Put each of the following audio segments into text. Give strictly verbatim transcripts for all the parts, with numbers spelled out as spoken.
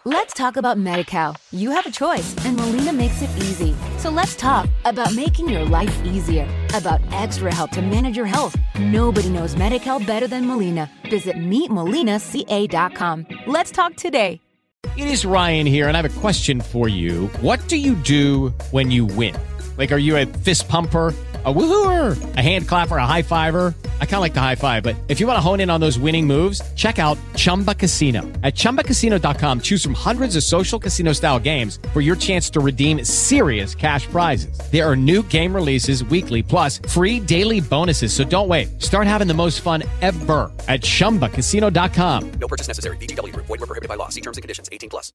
Let's talk about Medi-Cal. You have a choice, and Molina makes it easy. So let's talk about making your life easier, about extra help to manage your health. Nobody knows Medi-Cal better than Molina. Visit meet molina c a dot com. Let's talk today. It is Ryan here, and I have a question for you. What do you do when you win? Like, are you a fist pumper, a woohooer, a hand clapper, a high fiver? I kind of like the high five, but if you want to hone in on those winning moves, check out Chumba Casino. At chumba casino dot com, choose from hundreds of social casino style games for your chance to redeem serious cash prizes. There are new game releases weekly, plus free daily bonuses. So don't wait. Start having the most fun ever at chumba casino dot com. No purchase necessary. V G W Group. Void where prohibited by law. See terms and conditions. eighteen plus.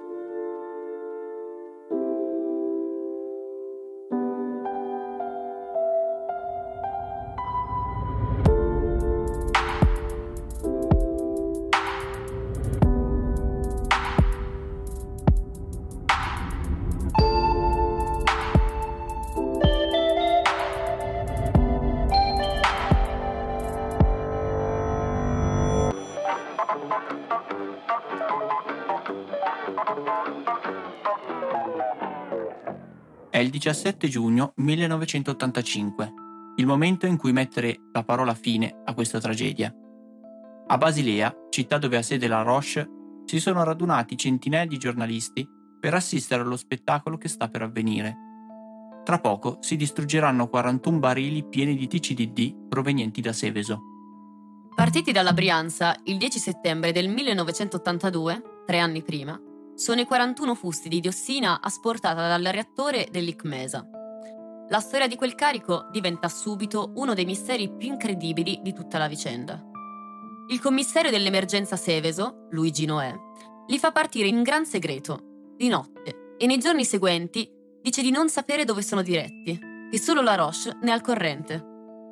È il diciassette giugno millenovecentottantacinque, il momento in cui mettere la parola fine a questa tragedia. A Basilea, città dove ha sede la Roche, si sono radunati centinaia di giornalisti per assistere allo spettacolo che sta per avvenire. Tra poco si distruggeranno quarantuno barili pieni di T C D D provenienti da Seveso. Partiti dalla Brianza il dieci settembre del millenovecentottantadue, tre anni prima, sono i quarantuno fusti di diossina asportata dal reattore dell'Icmesa. La storia di quel carico diventa subito uno dei misteri più incredibili di tutta la vicenda. Il commissario dell'emergenza Seveso, Luigi Noè, li fa partire in gran segreto, di notte, e nei giorni seguenti dice di non sapere dove sono diretti, che solo la Roche ne è al corrente.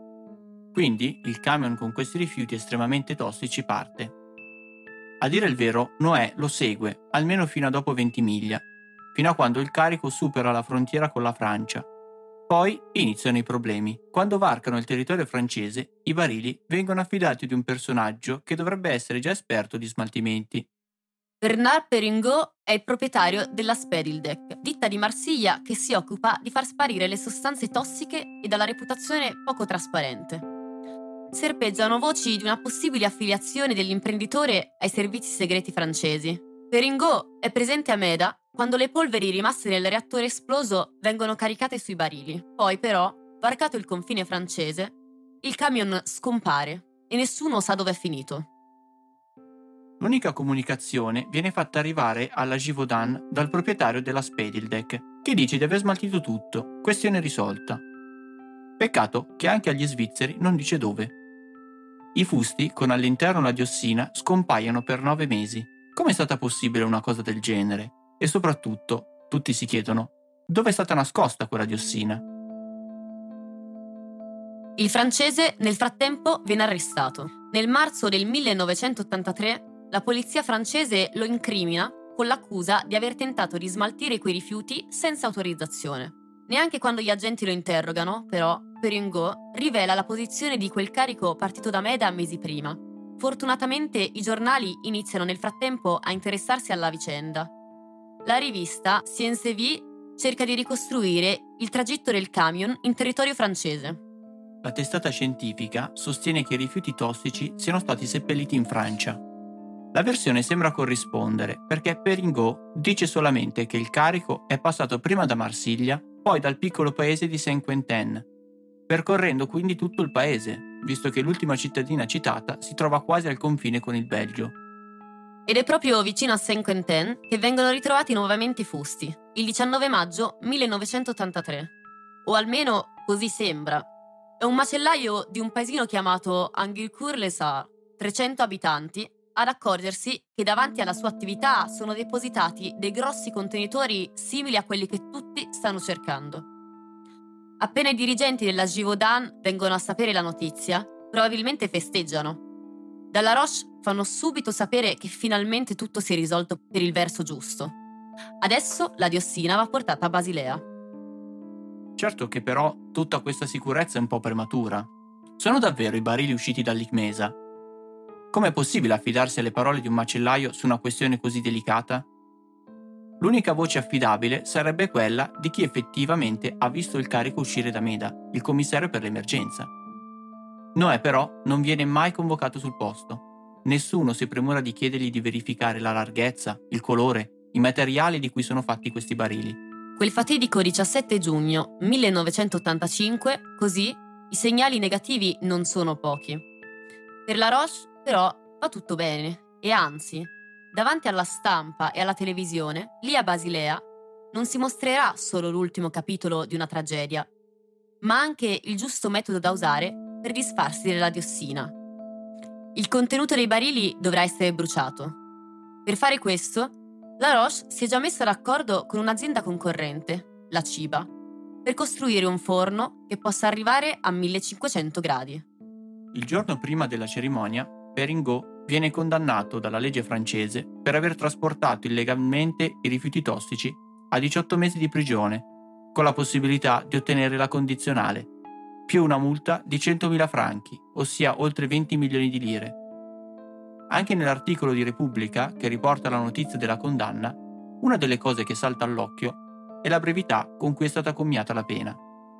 Quindi il camion con questi rifiuti estremamente tossici parte. A dire il vero, Noè lo segue, almeno fino a dopo Ventimiglia, fino a quando il carico supera la frontiera con la Francia. Poi iniziano i problemi. Quando varcano il territorio francese, i barili vengono affidati ad un personaggio che dovrebbe essere già esperto di smaltimenti. Bernard Peringot è il proprietario della Spedildec, ditta di Marsiglia che si occupa di far sparire le sostanze tossiche e dalla reputazione poco trasparente. Serpeggiano voci di una possibile affiliazione dell'imprenditore ai servizi segreti francesi. Peringot è presente a Meda quando le polveri rimaste nel reattore esploso vengono caricate sui barili. Poi però, varcato il confine francese, il camion scompare e nessuno sa dove è finito. L'unica comunicazione viene fatta arrivare alla Givaudan dal proprietario della Spedildec, che dice di aver smaltito tutto, questione risolta. Peccato che anche agli svizzeri non dice dove. I fusti, con all'interno la diossina, scompaiono per nove mesi. Come è stata possibile una cosa del genere? E soprattutto, tutti si chiedono, dove è stata nascosta quella diossina? Il francese, nel frattempo, viene arrestato. Nel marzo del millenovecentottantatré, la polizia francese lo incrimina con l'accusa di aver tentato di smaltire quei rifiuti senza autorizzazione. Neanche quando gli agenti lo interrogano, però, Peringot rivela la posizione di quel carico partito da Meda mesi prima. Fortunatamente i giornali iniziano nel frattempo a interessarsi alla vicenda. La rivista Sciences Vie cerca di ricostruire il tragitto del camion in territorio francese. La testata scientifica sostiene che i rifiuti tossici siano stati seppelliti in Francia. La versione sembra corrispondere perché Peringot dice solamente che il carico è passato prima da Marsiglia, poi dal piccolo paese di Saint-Quentin, percorrendo quindi tutto il paese, visto che l'ultima cittadina citata si trova quasi al confine con il Belgio. Ed è proprio vicino a Saint-Quentin che vengono ritrovati nuovamente i fusti, il diciannove maggio millenovecentottantatré. O almeno così sembra. È un macellaio di un paesino chiamato Anguilcourt-les-Arts, trecento abitanti, ad accorgersi che davanti alla sua attività sono depositati dei grossi contenitori simili a quelli che tutti stanno cercando. Appena i dirigenti della Givaudan vengono a sapere la notizia, probabilmente festeggiano. Dalla Roche fanno subito sapere che finalmente tutto si è risolto per il verso giusto. Adesso la diossina va portata a Basilea. Certo che però tutta questa sicurezza è un po' prematura. Sono davvero i barili usciti dall'Icmesa? Com'è possibile affidarsi alle parole di un macellaio su una questione così delicata? L'unica voce affidabile sarebbe quella di chi effettivamente ha visto il carico uscire da Meda, il commissario per l'emergenza. Noè però non viene mai convocato sul posto. Nessuno si premura di chiedergli di verificare la larghezza, il colore, i materiali di cui sono fatti questi barili. Quel fatidico diciassette giugno millenovecentottantacinque, così, i segnali negativi non sono pochi. Per la Roche, però, va tutto bene e anzi, davanti alla stampa e alla televisione, lì a Basilea, non si mostrerà solo l'ultimo capitolo di una tragedia, ma anche il giusto metodo da usare per disfarsi della diossina. Il contenuto dei barili dovrà essere bruciato. Per fare questo, la Roche si è già messa d'accordo con un'azienda concorrente, la Ciba, per costruire un forno che possa arrivare a millecinquecento gradi. Il giorno prima della cerimonia, Peringot viene condannato dalla legge francese per aver trasportato illegalmente i rifiuti tossici a diciotto mesi di prigione, con la possibilità di ottenere la condizionale, più una multa di centomila franchi, ossia oltre venti milioni di lire. Anche nell'articolo di Repubblica che riporta la notizia della condanna, una delle cose che salta all'occhio è la brevità con cui è stata commiata la pena.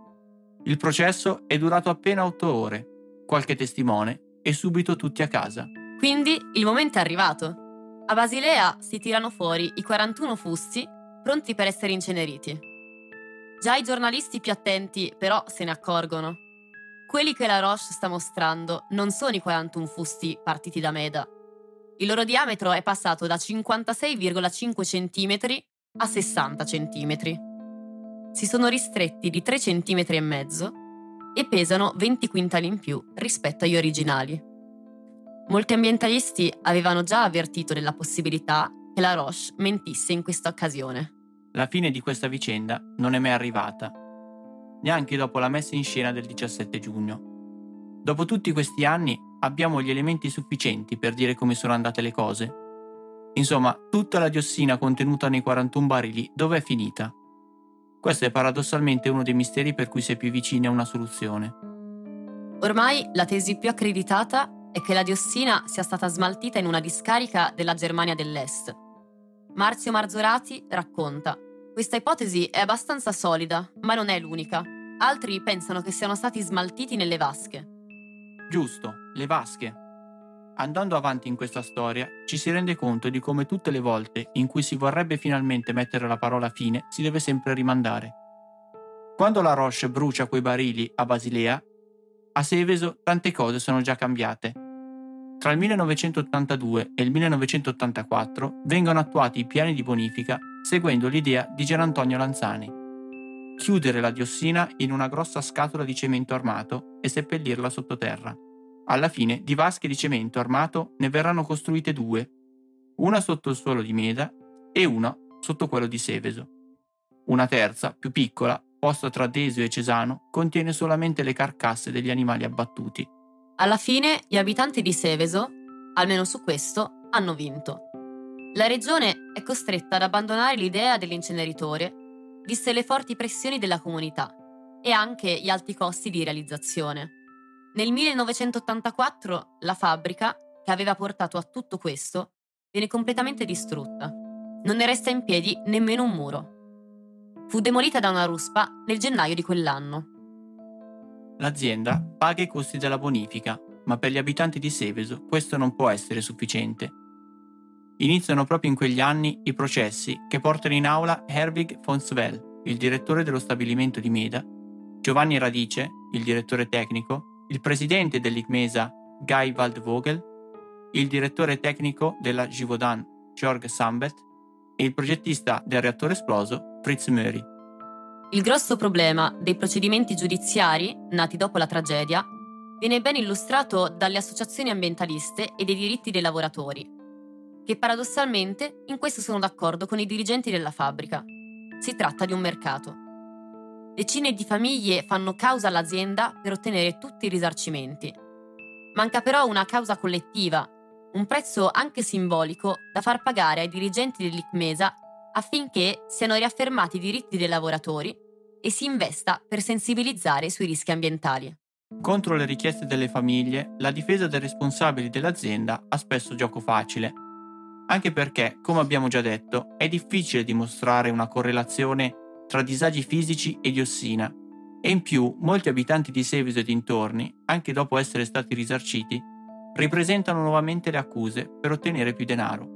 Il processo è durato appena otto ore, qualche testimone e subito tutti a casa. Quindi il momento è arrivato. A Basilea si tirano fuori i quarantuno fusti pronti per essere inceneriti. Già i giornalisti più attenti però se ne accorgono. Quelli che la Roche sta mostrando non sono i quarantuno fusti partiti da Meda. Il loro diametro è passato da cinquantasei virgola cinque centimetri a sessanta centimetri. Si sono ristretti di tre centimetri e mezzo e pesano venti quintali in più rispetto agli originali. Molti ambientalisti avevano già avvertito della possibilità che la Roche mentisse in questa occasione. La fine di questa vicenda non è mai arrivata, neanche dopo la messa in scena del diciassette giugno. Dopo tutti questi anni abbiamo gli elementi sufficienti per dire come sono andate le cose. Insomma, tutta la diossina contenuta nei quarantuno barili dov'è finita? Questo è paradossalmente uno dei misteri per cui si è più vicini a una soluzione. Ormai la tesi più accreditata è che la diossina sia stata smaltita in una discarica della Germania dell'Est. Marzio Marzorati racconta: questa ipotesi è abbastanza solida, ma non è l'unica. Altri pensano che siano stati smaltiti nelle vasche. Giusto, le vasche. Andando avanti in questa storia, ci si rende conto di come tutte le volte in cui si vorrebbe finalmente mettere la parola fine si deve sempre rimandare. Quando la Roche brucia quei barili a Basilea, a Seveso tante cose sono già cambiate. Tra il millenovecentottantadue e il millenovecentottantaquattro vengono attuati i piani di bonifica seguendo l'idea di Gian Antonio Lanzani. Chiudere la diossina in una grossa scatola di cemento armato e seppellirla sottoterra. Alla fine di vasche di cemento armato ne verranno costruite due, una sotto il suolo di Meda e una sotto quello di Seveso. Una terza, più piccola, posta tra Desio e Cesano, contiene solamente le carcasse degli animali abbattuti. Alla fine gli abitanti di Seveso, almeno su questo, hanno vinto. La regione è costretta ad abbandonare l'idea dell'inceneritore, viste le forti pressioni della comunità e anche gli alti costi di realizzazione. Nel millenovecentottantaquattro la fabbrica, che aveva portato a tutto questo, viene completamente distrutta. Non ne resta in piedi nemmeno un muro. Fu demolita da una ruspa nel gennaio di quell'anno. L'azienda paga i costi della bonifica, ma per gli abitanti di Seveso questo non può essere sufficiente. Iniziano proprio in quegli anni i processi che portano in aula Herwig von Swell, il direttore dello stabilimento di Meda, Giovanni Radice, il direttore tecnico, il presidente dell'Icmesa Guy Waldvogel, il direttore tecnico della Givaudan Georg Sambet e il progettista del reattore esploso Fritz Möri. Il grosso problema dei procedimenti giudiziari nati dopo la tragedia viene ben illustrato dalle associazioni ambientaliste e dei diritti dei lavoratori, che paradossalmente in questo sono d'accordo con i dirigenti della fabbrica. Si tratta di un mercato. Decine di famiglie fanno causa all'azienda per ottenere tutti i risarcimenti. Manca però una causa collettiva, un prezzo anche simbolico da far pagare ai dirigenti dell'Icmesa affinché siano riaffermati i diritti dei lavoratori e si investa per sensibilizzare sui rischi ambientali. Contro le richieste delle famiglie, la difesa dei responsabili dell'azienda ha spesso gioco facile. anche perché, come abbiamo già detto, è difficile dimostrare una correlazione tra disagi fisici e diossina, e in più molti abitanti di Seveso e dintorni, anche dopo essere stati risarciti, ripresentano nuovamente le accuse per ottenere più denaro.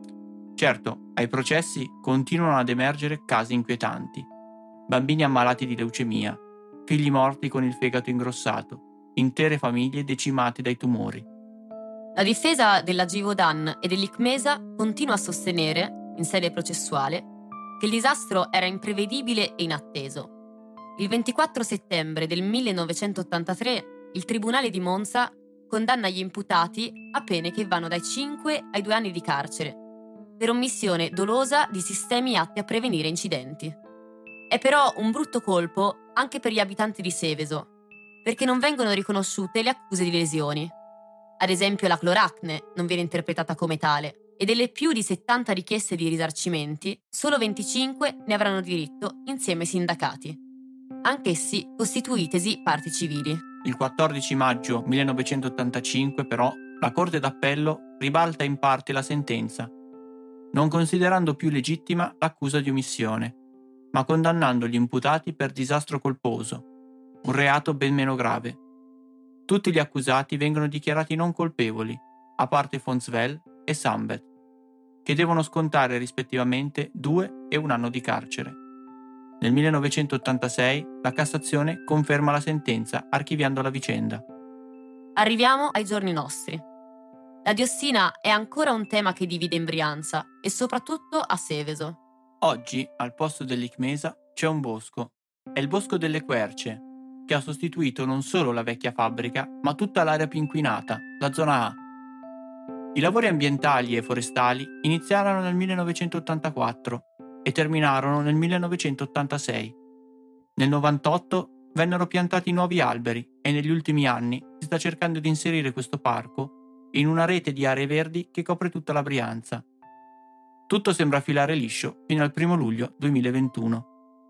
Certo, ai processi continuano ad emergere casi inquietanti. Bambini ammalati di leucemia, figli morti con il fegato ingrossato, intere famiglie decimate dai tumori. La difesa della Givaudan e dell'Icmesa continua a sostenere, in sede processuale, che il disastro era imprevedibile e inatteso. Il ventiquattro settembre del millenovecentottantatré il Tribunale di Monza condanna gli imputati a pene che vanno dai cinque ai due anni di carcere per omissione dolosa di sistemi atti a prevenire incidenti. È però un brutto colpo anche per gli abitanti di Seveso, perché non vengono riconosciute le accuse di lesioni. Ad esempio la cloracne non viene interpretata come tale e delle più di settanta richieste di risarcimenti, solo venticinque ne avranno diritto insieme ai sindacati, anch'essi costituitesi parti civili. Il quattordici maggio millenovecentottantacinque, però, la Corte d'Appello ribalta in parte la sentenza, non considerando più legittima l'accusa di omissione, ma condannando gli imputati per disastro colposo, un reato ben meno grave. Tutti gli accusati vengono dichiarati non colpevoli, a parte Fonsvel e Sambet, che devono scontare rispettivamente due e un anno di carcere. Nel millenovecentottantasei la Cassazione conferma la sentenza archiviando la vicenda. Arriviamo ai giorni nostri. La diossina è ancora un tema che divide in Brianza e soprattutto a Seveso. Oggi, al posto dell'Icmesa, c'è un bosco. È il Bosco delle Querce, che ha sostituito non solo la vecchia fabbrica, ma tutta l'area più inquinata, la zona A. I lavori ambientali e forestali iniziarono nel millenovecentottantaquattro e terminarono nel millenovecentottantasei. Nel novantotto vennero piantati nuovi alberi e negli ultimi anni si sta cercando di inserire questo parco in una rete di aree verdi che copre tutta la Brianza. Tutto sembra filare liscio fino al primo luglio duemilaventuno.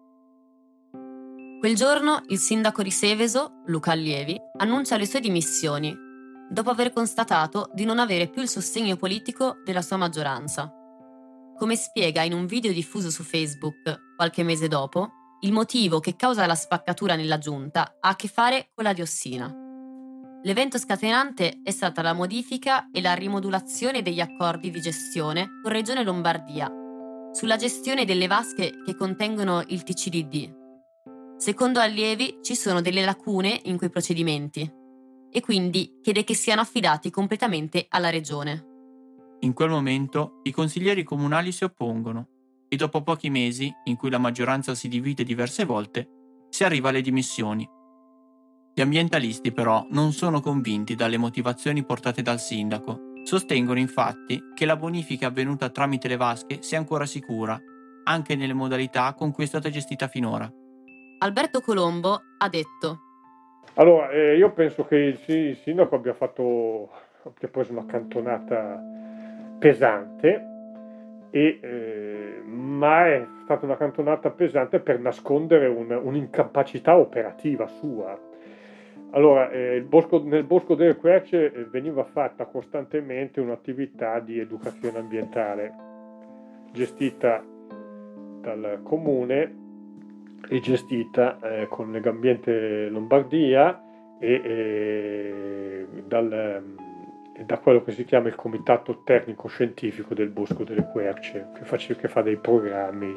Quel giorno il sindaco di Seveso, Luca Allievi, annuncia le sue dimissioni, dopo aver constatato di non avere più il sostegno politico della sua maggioranza. Come spiega in un video diffuso su Facebook qualche mese dopo, il motivo che causa la spaccatura nella giunta ha a che fare con la diossina. L'evento scatenante è stata la modifica e la rimodulazione degli accordi di gestione con Regione Lombardia sulla gestione delle vasche che contengono il T C D D. Secondo Allievi ci sono delle lacune in quei procedimenti e quindi chiede che siano affidati completamente alla Regione. In quel momento i consiglieri comunali si oppongono e dopo pochi mesi, in cui la maggioranza si divide diverse volte, si arriva alle dimissioni. Gli ambientalisti però non sono convinti dalle motivazioni portate dal sindaco. Sostengono infatti che la bonifica avvenuta tramite le vasche sia ancora sicura, anche nelle modalità con cui è stata gestita finora. Alberto Colombo ha detto: Allora, eh, io penso che il, il sindaco abbia fatto, abbia preso una cantonata pesante, e, eh, ma è stata una cantonata pesante per nascondere un, un'incapacità operativa sua. Allora, eh, il bosco, nel Bosco delle Querce eh, veniva fatta costantemente un'attività di educazione ambientale gestita dal comune e gestita eh, con Legambiente Lombardia e eh, dal, da quello che si chiama il Comitato Tecnico Scientifico del Bosco delle Querce, che, face, che fa dei programmi,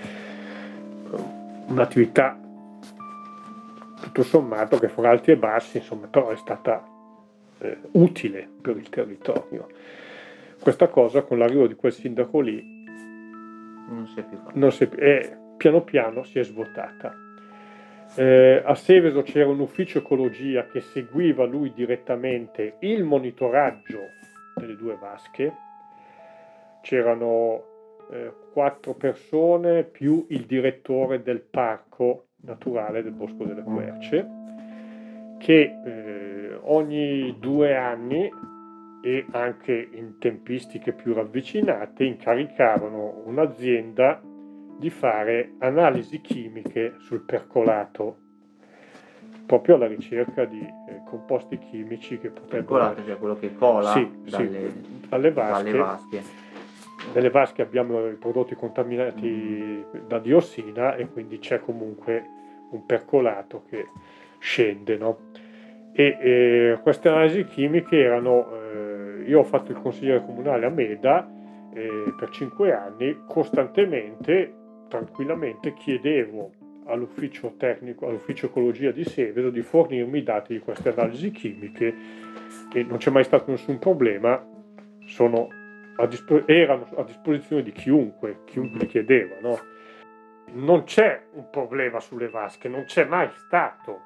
un'attività tutto sommato che fra alti e bassi, insomma, però è stata eh, utile per il territorio. Questa cosa con l'arrivo di quel sindaco lì Non si è più fatto. non si è, eh, piano piano si è svuotata. Eh, a Seveso c'era un ufficio ecologia che seguiva lui direttamente il monitoraggio delle due vasche. C'erano eh, quattro persone più il direttore del parco naturale del Bosco delle Querce, che eh, ogni due anni e anche in tempistiche più ravvicinate incaricavano un'azienda di fare analisi chimiche sul percolato, proprio alla ricerca di eh, composti chimici che potrebbero Percolato, cioè quello che cola sì, dalle, sì, dalle vasche, dalle vasche. nelle vasche abbiamo i prodotti contaminati da diossina e quindi c'è comunque un percolato che scende, no? E eh, queste analisi chimiche erano, eh, io ho fatto il consigliere comunale a Meda eh, per cinque anni, costantemente, tranquillamente chiedevo all'ufficio tecnico, all'ufficio ecologia di Seveso di fornirmi i dati di queste analisi chimiche e non c'è mai stato nessun problema, sono a dispo- erano a disposizione di chiunque, chiunque li chiedeva, no? Non c'è un problema sulle vasche, non c'è mai stato,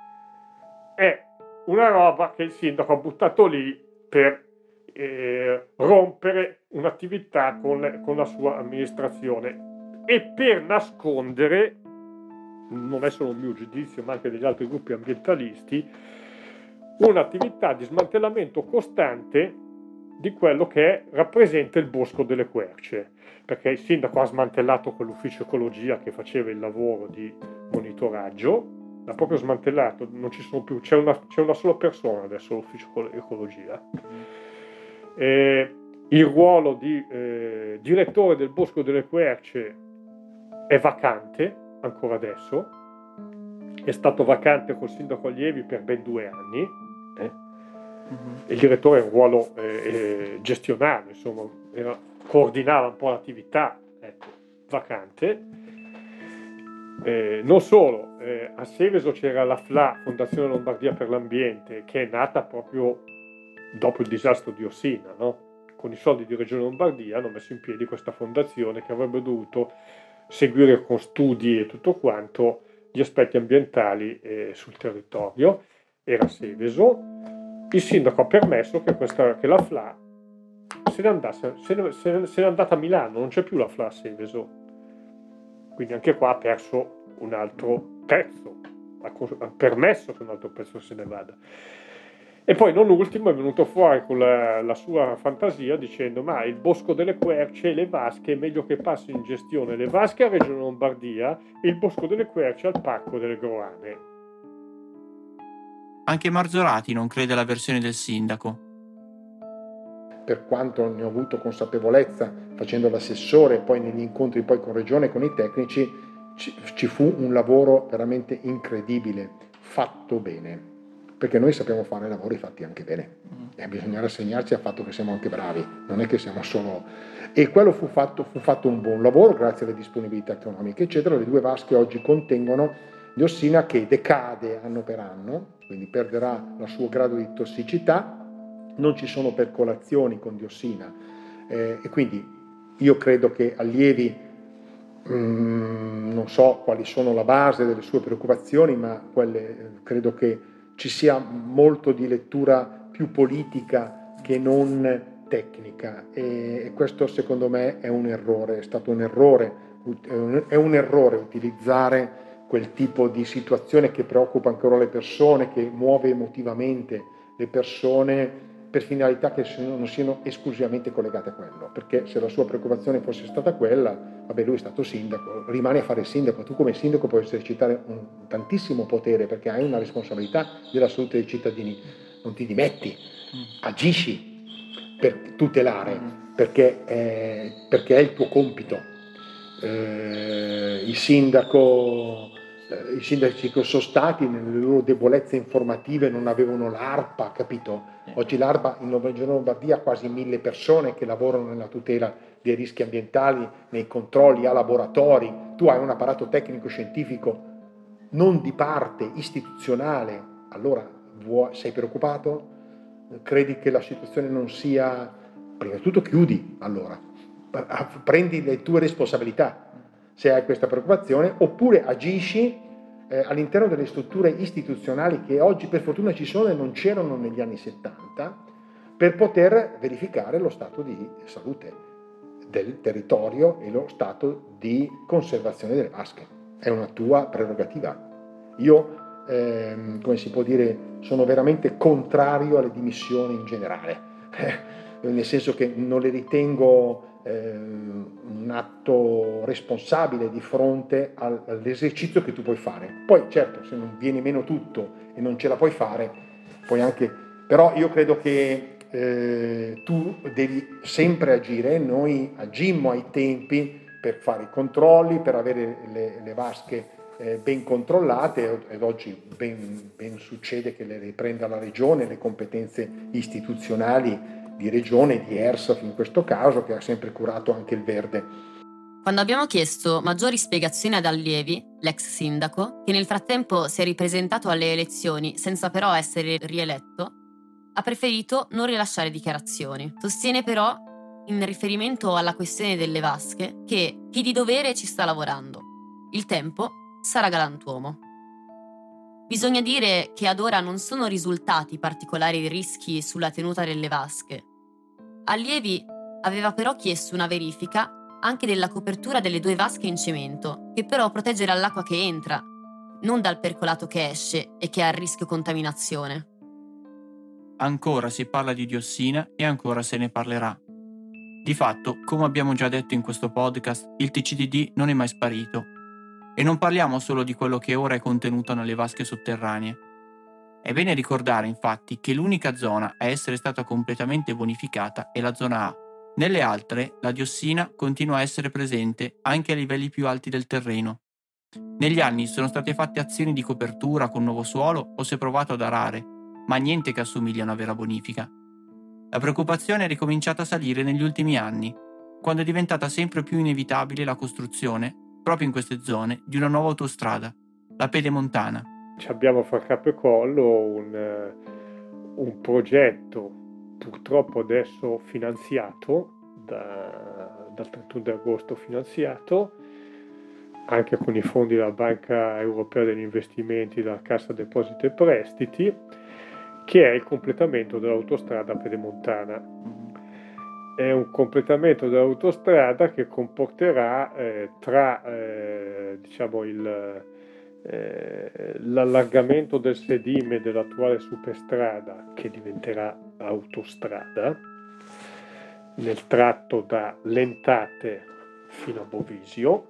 è una roba che il sindaco ha buttato lì per eh, rompere un'attività con, con la sua amministrazione e per nascondere, non è solo un mio giudizio ma anche degli altri gruppi ambientalisti, un'attività di smantellamento costante di quello che rappresenta il Bosco delle Querce, perché il sindaco ha smantellato quell'ufficio ecologia che faceva il lavoro di monitoraggio, l'ha proprio smantellato, non ci sono più, c'è una, c'è una sola persona adesso all'ufficio ecologia. Eh, il ruolo di eh, direttore del Bosco delle Querce è vacante ancora adesso, è stato vacante col sindaco Allievi per ben due anni, eh? Mm-hmm. Il direttore è un ruolo eh, eh, gestionale, insomma, era, coordinava un po' l'attività, ecco, vacante. Eh, non solo, eh, a Seveso c'era la F L A, Fondazione Lombardia per l'Ambiente, che è nata proprio dopo il disastro di Ossina, no? Con i soldi di Regione Lombardia hanno messo in piedi questa fondazione che avrebbe dovuto seguire con studi e tutto quanto gli aspetti ambientali eh, sul territorio. Era Seveso, il sindaco ha permesso che, questa, che la F L A se ne, andasse, se, ne, se, ne, se ne è andata a Milano, non c'è più la F L A a Seveso, quindi anche qua ha perso un altro pezzo, ha, ha permesso che un altro pezzo se ne vada. E poi non ultimo è venuto fuori con la, la sua fantasia dicendo ma il Bosco delle Querce e le vasche è meglio che passi in gestione le vasche a Regione Lombardia e il Bosco delle Querce al Parco delle Groane. Anche Marzorati non crede alla versione del sindaco. Per quanto ne ho avuto consapevolezza facendo l'assessore e poi negli incontri poi con Regione e con i tecnici, ci, ci fu un lavoro veramente incredibile, fatto bene. Perché noi sappiamo fare lavori fatti anche bene e bisogna rassegnarci al fatto che siamo anche bravi, non è che siamo solo... E quello fu fatto, fu fatto un buon lavoro grazie alle disponibilità economiche, eccetera. Le due vasche oggi contengono diossina che decade anno per anno, quindi perderà il suo grado di tossicità, non ci sono percolazioni con diossina eh, e quindi io credo che Allievi, mh, non so quali sono la base delle sue preoccupazioni, ma quelle credo che ci sia molto di lettura più politica che non tecnica e questo secondo me è un errore, è stato un errore, è un errore utilizzare quel tipo di situazione che preoccupa ancora le persone, che muove emotivamente le persone per finalità che non siano esclusivamente collegate a quello, perché se la sua preoccupazione fosse stata quella, vabbè lui è stato sindaco, rimane a fare il sindaco, tu come sindaco puoi esercitare un tantissimo potere perché hai una responsabilità della salute dei cittadini, non ti dimetti, agisci per tutelare, perché è, perché è il tuo compito. Eh, il sindaco... I sindaci che sono stati nelle loro debolezze informative non avevano l'ARPA, capito? Oggi l'ARPA in Regione Lombardia ha quasi mille persone che lavorano nella tutela dei rischi ambientali, nei controlli, a laboratori. Tu hai un apparato tecnico-scientifico non di parte, istituzionale. Allora vuoi, sei preoccupato? Credi che la situazione non sia... Prima di tutto chiudi, allora. Prendi le tue responsabilità. Se hai questa preoccupazione, oppure agisci eh, all'interno delle strutture istituzionali che oggi per fortuna ci sono e non c'erano negli anni settanta, per poter verificare lo stato di salute del territorio e lo stato di conservazione delle vasche. È una tua prerogativa. Io, ehm, come si può dire, sono veramente contrario alle dimissioni in generale, nel senso che non le ritengo Eh, un atto responsabile di fronte al, all'esercizio che tu puoi fare. Poi certo, se non viene meno tutto e non ce la puoi fare, puoi anche... Però io credo che eh, tu devi sempre agire. Noi agimmo ai tempi per fare i controlli, per avere le, le vasche eh, ben controllate, ed oggi ben, ben succede che le riprenda la regione, le competenze istituzionali di regione, di ERSAF in questo caso, che ha sempre curato anche il verde. Quando abbiamo chiesto maggiori spiegazioni ad Allievi, l'ex sindaco, che nel frattempo si è ripresentato alle elezioni senza però essere rieletto, ha preferito non rilasciare dichiarazioni. Sostiene però, in riferimento alla questione delle vasche, che chi di dovere ci sta lavorando. Il tempo sarà galantuomo. Bisogna dire che ad ora non sono risultati particolari rischi sulla tenuta delle vasche. Allievi aveva però chiesto una verifica anche della copertura delle due vasche in cemento, che però protegge dall'acqua che entra, non dal percolato che esce e che è a rischio contaminazione. Ancora si parla di diossina e ancora se ne parlerà. Di fatto, come abbiamo già detto in questo podcast, il T C D D non è mai sparito. E non parliamo solo di quello che ora è contenuto nelle vasche sotterranee. È bene ricordare infatti che l'unica zona a essere stata completamente bonificata è la zona A. Nelle altre, la diossina continua a essere presente anche a livelli più alti del terreno. Negli anni sono state fatte azioni di copertura con nuovo suolo o si è provato ad arare, ma niente che assomiglia a una vera bonifica. La preoccupazione è ricominciata a salire negli ultimi anni, quando è diventata sempre più inevitabile la costruzione, proprio in queste zone, di una nuova autostrada, la Pedemontana. Ci abbiamo fra capo e collo un, un progetto purtroppo adesso finanziato da, dal trentuno di agosto, finanziato anche con i fondi della Banca Europea degli Investimenti, della Cassa Depositi e Prestiti, che è il completamento dell'autostrada Pedemontana. È un completamento dell'autostrada che comporterà eh, tra eh, diciamo il Eh, l'allargamento del sedime dell'attuale superstrada, che diventerà autostrada, nel tratto da Lentate fino a Bovisio.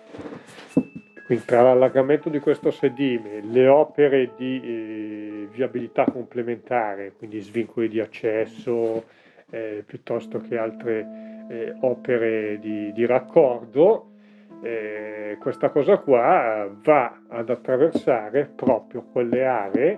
Quindi tra l'allargamento di questo sedime, le opere di eh, viabilità complementare, quindi svincoli di accesso eh, piuttosto che altre eh, opere di, di raccordo, Eh, questa cosa qua va ad attraversare proprio quelle aree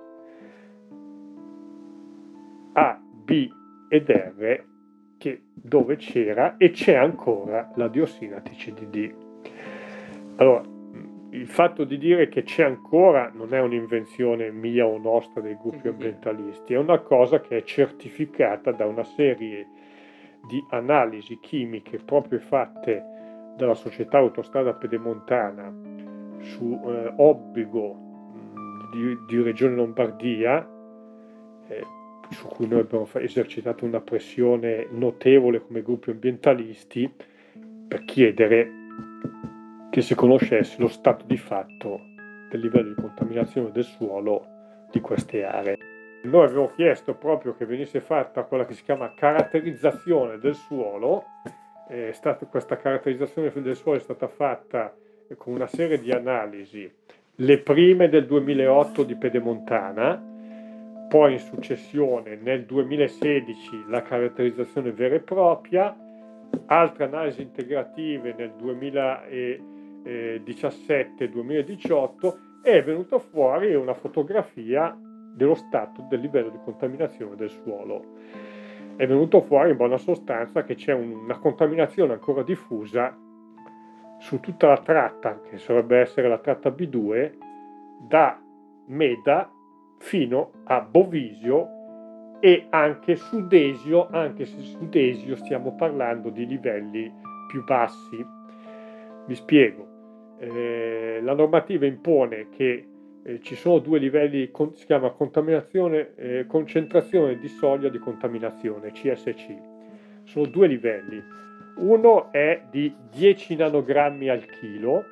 A, B ed R che, dove c'era e c'è ancora la diossina T C D D. Allora, il fatto di dire che c'è ancora non è un'invenzione mia o nostra dei gruppi ambientalisti, è una cosa che è certificata da una serie di analisi chimiche proprio fatte dalla società Autostrada Pedemontana su eh, obbligo mh, di, di Regione Lombardia, eh, su cui noi abbiamo esercitato una pressione notevole come gruppi ambientalisti per chiedere che si conoscesse lo stato di fatto del livello di contaminazione del suolo di queste aree. Noi abbiamo chiesto proprio che venisse fatta quella che si chiama caratterizzazione del suolo. È stata, questa caratterizzazione del suolo è stata fatta con una serie di analisi, le prime del duemilaotto di Pedemontana, poi in successione nel duemilasedici la caratterizzazione vera e propria, altre analisi integrative nel duemiladiciassette duemiladiciotto, e è venuta fuori una fotografia dello stato del livello di contaminazione del suolo. È venuto fuori in buona sostanza che c'è una contaminazione ancora diffusa su tutta la tratta, che dovrebbe essere la tratta B due, da Meda fino a Bovisio e anche Sudesio, anche se Sudesio stiamo parlando di livelli più bassi. Vi spiego. Eh, la normativa impone che Eh, ci sono due livelli, con, si chiama contaminazione, eh, concentrazione di soglia di contaminazione, C S C. Sono due livelli. Uno è di dieci nanogrammi al chilo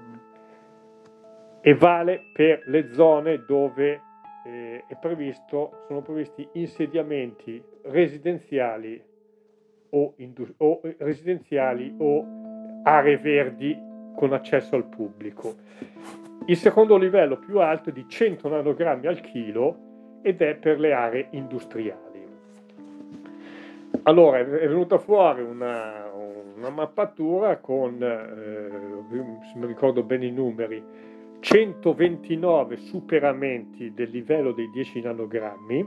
e vale per le zone dove eh, è previsto, sono previsti insediamenti residenziali o, indu- o residenziali o aree verdi con accesso al pubblico. Il secondo livello più alto è di cento nanogrammi al chilo ed è per le aree industriali. Allora è venuta fuori una, una mappatura con, eh, se mi ricordo bene i numeri, centoventinove superamenti del livello dei dieci nanogrammi,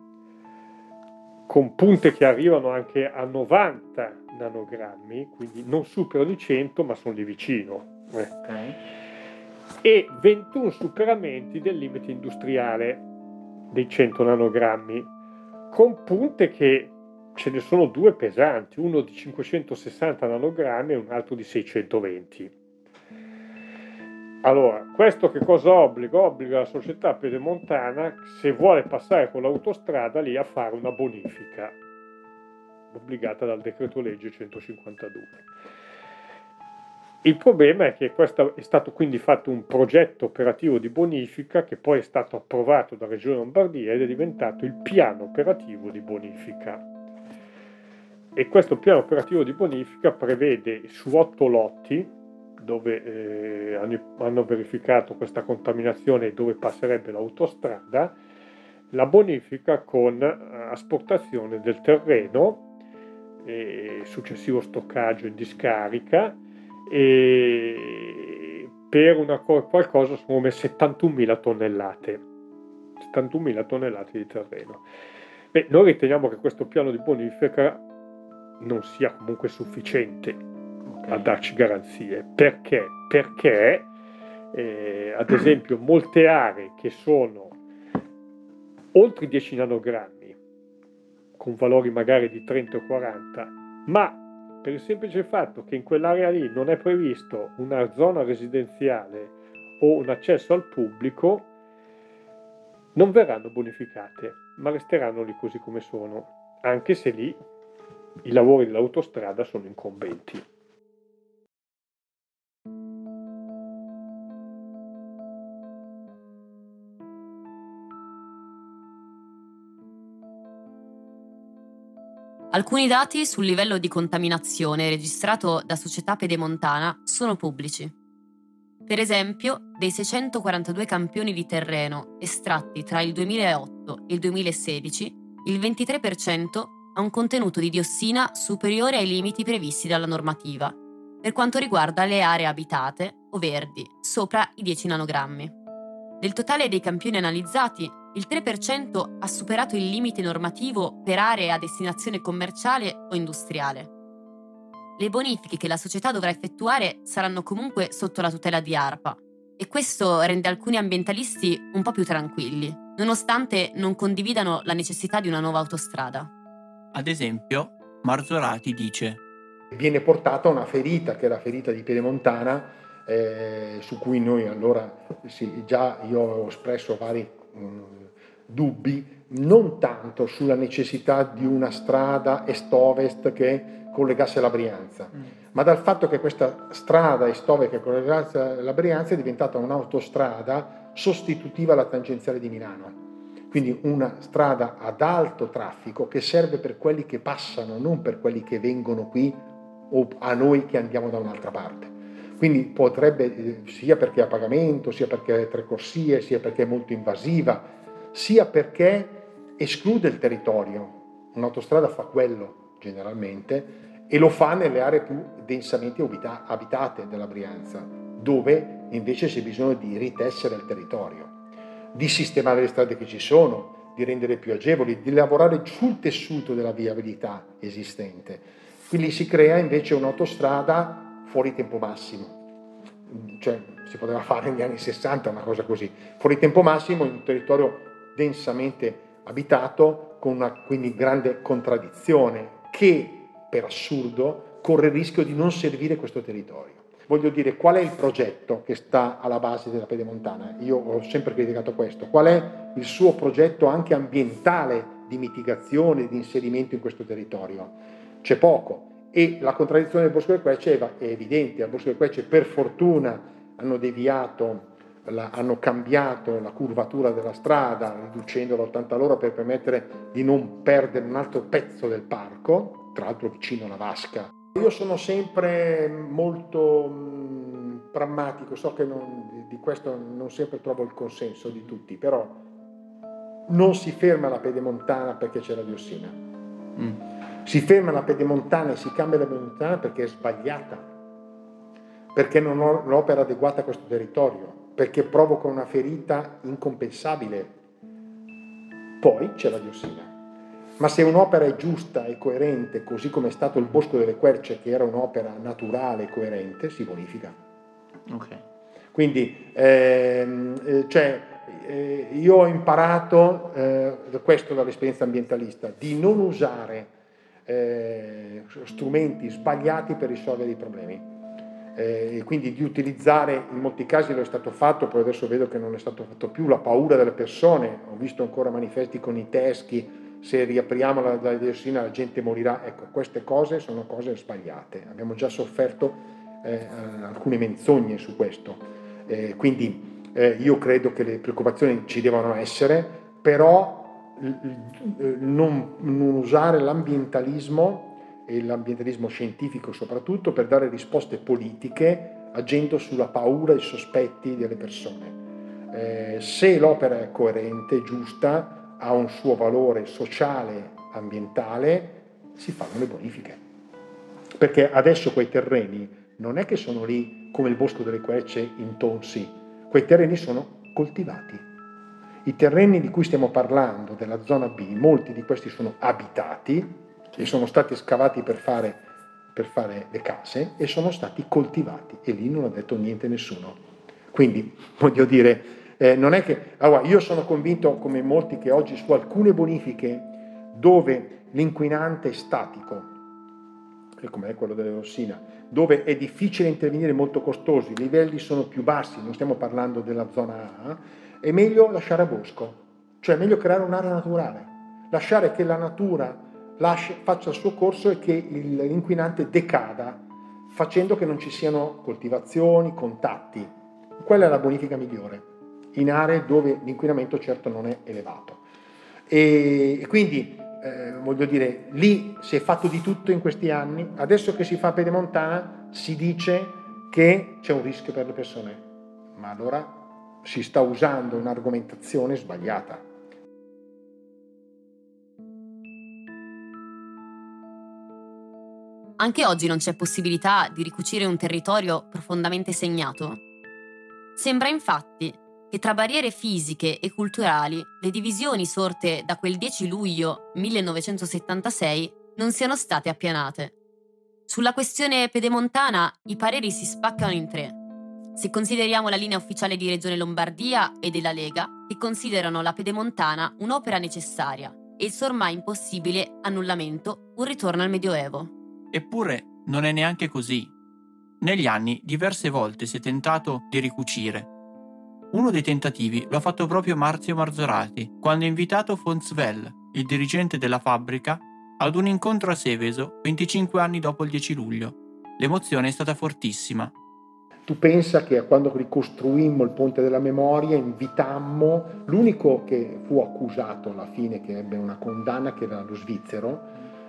con punte che arrivano anche a novanta nanogrammi, quindi non superano i cento ma sono lì vicino. Eh. Ok. E ventuno superamenti del limite industriale dei cento nanogrammi, con punte che ce ne sono due pesanti, uno di cinquecentosessanta nanogrammi e un altro di seicentoventi. Allora, questo che cosa obbliga? Obbliga la società pedemontana, se vuole passare con l'autostrada lì, a fare una bonifica, obbligata dal decreto legge centocinquantadue. Il problema è che questo è stato quindi fatto un progetto operativo di bonifica che poi è stato approvato dalla Regione Lombardia ed è diventato il piano operativo di bonifica. E questo piano operativo di bonifica prevede su otto lotti dove eh, hanno, hanno verificato questa contaminazione e dove passerebbe l'autostrada, la bonifica con asportazione del terreno, e successivo stoccaggio in discarica, e per una qualcosa come settantunomila tonnellate settantunomila tonnellate di terreno. Beh, noi riteniamo che questo piano di bonifica non sia comunque sufficiente a darci garanzie. Perché? Perché eh, ad esempio molte aree che sono oltre i dieci nanogrammi, con valori magari di trenta o quaranta, ma per il semplice fatto che in quell'area lì non è previsto una zona residenziale o un accesso al pubblico, non verranno bonificate, ma resteranno lì così come sono, anche se lì i lavori dell'autostrada sono incombenti. Alcuni dati sul livello di contaminazione registrato da Società Pedemontana sono pubblici. Per esempio, dei seicentoquarantadue campioni di terreno estratti tra il duemilaotto e il duemilasedici, il ventitré per cento ha un contenuto di diossina superiore ai limiti previsti dalla normativa, per quanto riguarda le aree abitate o verdi, sopra i dieci nanogrammi. Del totale dei campioni analizzati, il tre per cento ha superato il limite normativo per aree a destinazione commerciale o industriale. Le bonifiche che la società dovrà effettuare saranno comunque sotto la tutela di ARPA e questo rende alcuni ambientalisti un po' più tranquilli, nonostante non condividano la necessità di una nuova autostrada. Ad esempio, Marzorati dice: viene portata una ferita, che è la ferita di Pedemontana, eh, su cui noi allora sì, già io ho espresso vari mh, dubbi, non tanto sulla necessità di una strada est-ovest che collegasse la Brianza, mm. ma dal fatto che questa strada est-ovest che collegasse la Brianza è diventata un'autostrada sostitutiva alla tangenziale di Milano. Quindi una strada ad alto traffico che serve per quelli che passano, non per quelli che vengono qui o a noi che andiamo da un'altra parte. Quindi potrebbe, sia perché è a pagamento, sia perché è tre corsie, sia perché è molto invasiva, sia perché esclude il territorio. Un'autostrada fa quello generalmente e lo fa nelle aree più densamente abitate della Brianza, dove invece c'è bisogno di ritessere il territorio, di sistemare le strade che ci sono, di rendere più agevoli, di lavorare sul tessuto della viabilità esistente. Quindi si crea invece un'autostrada fuori tempo massimo. Cioè si poteva fare negli anni sessanta una cosa così, fuori tempo massimo in un territorio densamente abitato, con una quindi grande contraddizione che per assurdo corre il rischio di non servire questo territorio. Voglio dire, qual è il progetto che sta alla base della Pedemontana? Io ho sempre criticato questo. Qual è il suo progetto anche ambientale di mitigazione, di inserimento in questo territorio? C'è poco. E la contraddizione del Bosco del Querce è evidente. Al Bosco del Querce per fortuna hanno deviato, la, hanno cambiato la curvatura della strada, riducendola a ottanta all'ora per permettere di non perdere un altro pezzo del parco, tra l'altro vicino alla vasca. Io sono sempre molto mh, prammatico, so che non, di questo non sempre trovo il consenso di tutti, però non si ferma la Pedemontana perché c'è la diossina. Mm. Si ferma la pedemontana e si cambia la pedemontana perché è sbagliata, perché non ho l'opera adeguata a questo territorio, perché provoca una ferita incompensabile. Poi c'è la diossina. Ma se un'opera è giusta e coerente, così come è stato il Bosco delle Querce, che era un'opera naturale e coerente, si bonifica. Ok. Quindi, ehm, eh, cioè, eh, io ho imparato eh, questo dall'esperienza ambientalista, di non usare eh, strumenti sbagliati per risolvere i problemi. Eh, quindi di utilizzare, in molti casi lo è stato fatto, poi adesso vedo che non è stato fatto più, la paura delle persone. Ho visto ancora manifesti con i teschi, se riapriamo la, la diossina la gente morirà. Ecco, queste cose sono cose sbagliate, abbiamo già sofferto eh, alcune menzogne su questo, eh, quindi eh, io credo che le preoccupazioni ci devono essere, però non, non usare l'ambientalismo e l'ambientalismo scientifico soprattutto per dare risposte politiche agendo sulla paura e i sospetti delle persone. Eh, se l'opera è coerente, giusta, ha un suo valore sociale, ambientale, si fanno le bonifiche. Perché adesso quei terreni non è che sono lì come il Bosco delle Querce in Tonsi, quei terreni sono coltivati. I terreni di cui stiamo parlando, della zona B, molti di questi sono abitati e sono stati scavati per fare, per fare le case e sono stati coltivati e lì non ha detto niente nessuno. Quindi, voglio dire, eh, non è che... Allora, io sono convinto, come molti, che oggi su alcune bonifiche dove l'inquinante è statico, come è quello della diossina, dove è difficile intervenire, molto costoso, i livelli sono più bassi, non stiamo parlando della zona A, è meglio lasciare a bosco, cioè è meglio creare un'area naturale, lasciare che la natura lasci, faccia il suo corso e che il, l'inquinante decada, facendo che non ci siano coltivazioni, contatti. Quella è la bonifica migliore, in aree dove l'inquinamento certo non è elevato. E, e quindi, eh, voglio dire, lì si è fatto di tutto in questi anni, adesso che si fa pedemontana si dice che c'è un rischio per le persone, ma allora si sta usando un'argomentazione sbagliata. Anche oggi non c'è possibilità di ricucire un territorio profondamente segnato? Sembra infatti che tra barriere fisiche e culturali le divisioni sorte da quel dieci luglio millenovecentosettantasei non siano state appianate. Sulla questione pedemontana i pareri si spaccano in tre. Se consideriamo la linea ufficiale di Regione Lombardia e della Lega, che considerano la pedemontana un'opera necessaria e il suo ormai impossibile annullamento un ritorno al Medioevo. Eppure non è neanche così. Negli anni diverse volte si è tentato di ricucire. Uno dei tentativi lo ha fatto proprio Marzio Marzorati, quando ha invitato Fonzvel, il dirigente della fabbrica, ad un incontro a Seveso venticinque anni dopo il dieci luglio. L'emozione è stata fortissima. Tu pensa che quando ricostruimmo il Ponte della Memoria invitammo l'unico che fu accusato alla fine, che ebbe una condanna, che era lo svizzero,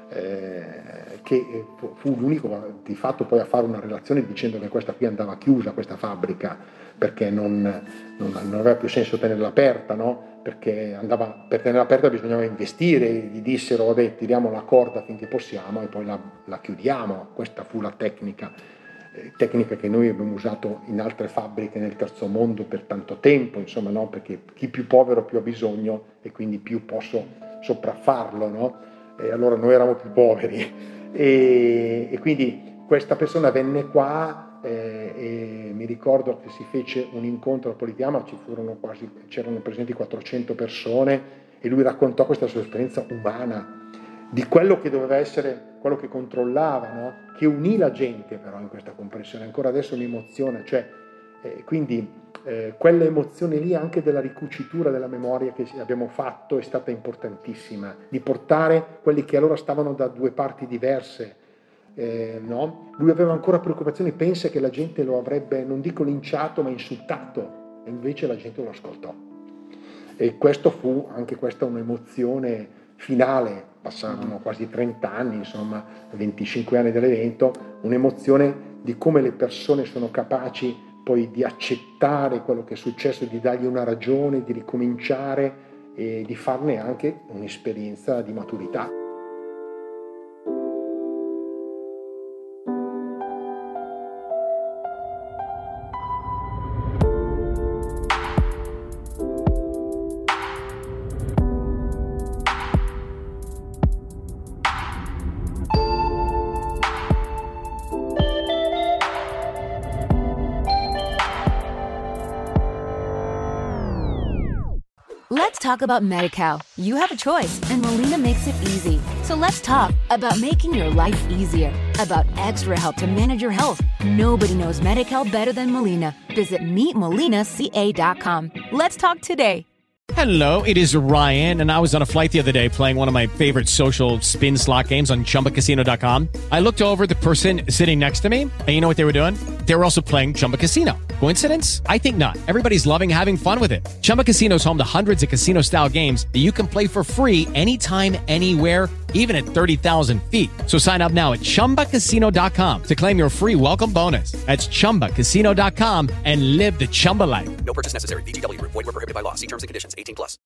eh, che fu l'unico di fatto poi a fare una relazione dicendo che questa qui andava chiusa, questa fabbrica, perché non, non, non aveva più senso tenerla aperta, no? Perché andava, per tenerla aperta bisognava investire, gli dissero vabbè tiriamo la corda finché possiamo e poi la, la chiudiamo. Questa fu la tecnica. tecnica che noi abbiamo usato in altre fabbriche nel terzo mondo per tanto tempo, insomma, no? Perché chi più povero più ha bisogno e quindi più posso sopraffarlo, no? E allora noi eravamo più poveri e, e quindi questa persona venne qua eh, e mi ricordo che si fece un incontro a Politeama, ci furono quasi, c'erano presenti quattrocento persone e lui raccontò questa sua esperienza umana di quello che doveva essere, quello che controllava, no? Che unì la gente però in questa comprensione. Ancora adesso mi emoziona, cioè, eh, quindi eh, quella emozione lì anche della ricucitura della memoria che abbiamo fatto è stata importantissima, di portare quelli che allora stavano da due parti diverse, eh, no? Lui aveva ancora preoccupazioni, pensa che la gente lo avrebbe, non dico linciato, ma insultato, e invece la gente lo ascoltò. E questo fu, anche questa un'emozione finale, passarono quasi trenta anni, insomma, venticinque anni dell'evento, un'emozione di come le persone sono capaci poi di accettare quello che è successo, di dargli una ragione, di ricominciare e di farne anche un'esperienza di maturità. Let's talk about Medi-Cal. You have a choice, and Molina makes it easy. So let's talk about making your life easier, about extra help to manage your health. Nobody knows Medi-Cal better than Molina. Visit meet molina c a dot com. Let's talk today. Hello, it is Ryan, and I was on a flight the other day playing one of my favorite social spin slot games on chumba casino dot com. I looked over at the person sitting next to me, and you know what they were doing? They were also playing Chumba Casino. Coincidence? I think not. Everybody's loving having fun with it. Chumba Casino is home to hundreds of casino-style games that you can play for free anytime, anywhere, even at thirty thousand feet. So sign up now at chumba casino dot com to claim your free welcome bonus. That's chumba casino dot com and live the Chumba life. No purchase necessary. V G W. Void where prohibited by law. See terms and conditions. eighteen plus.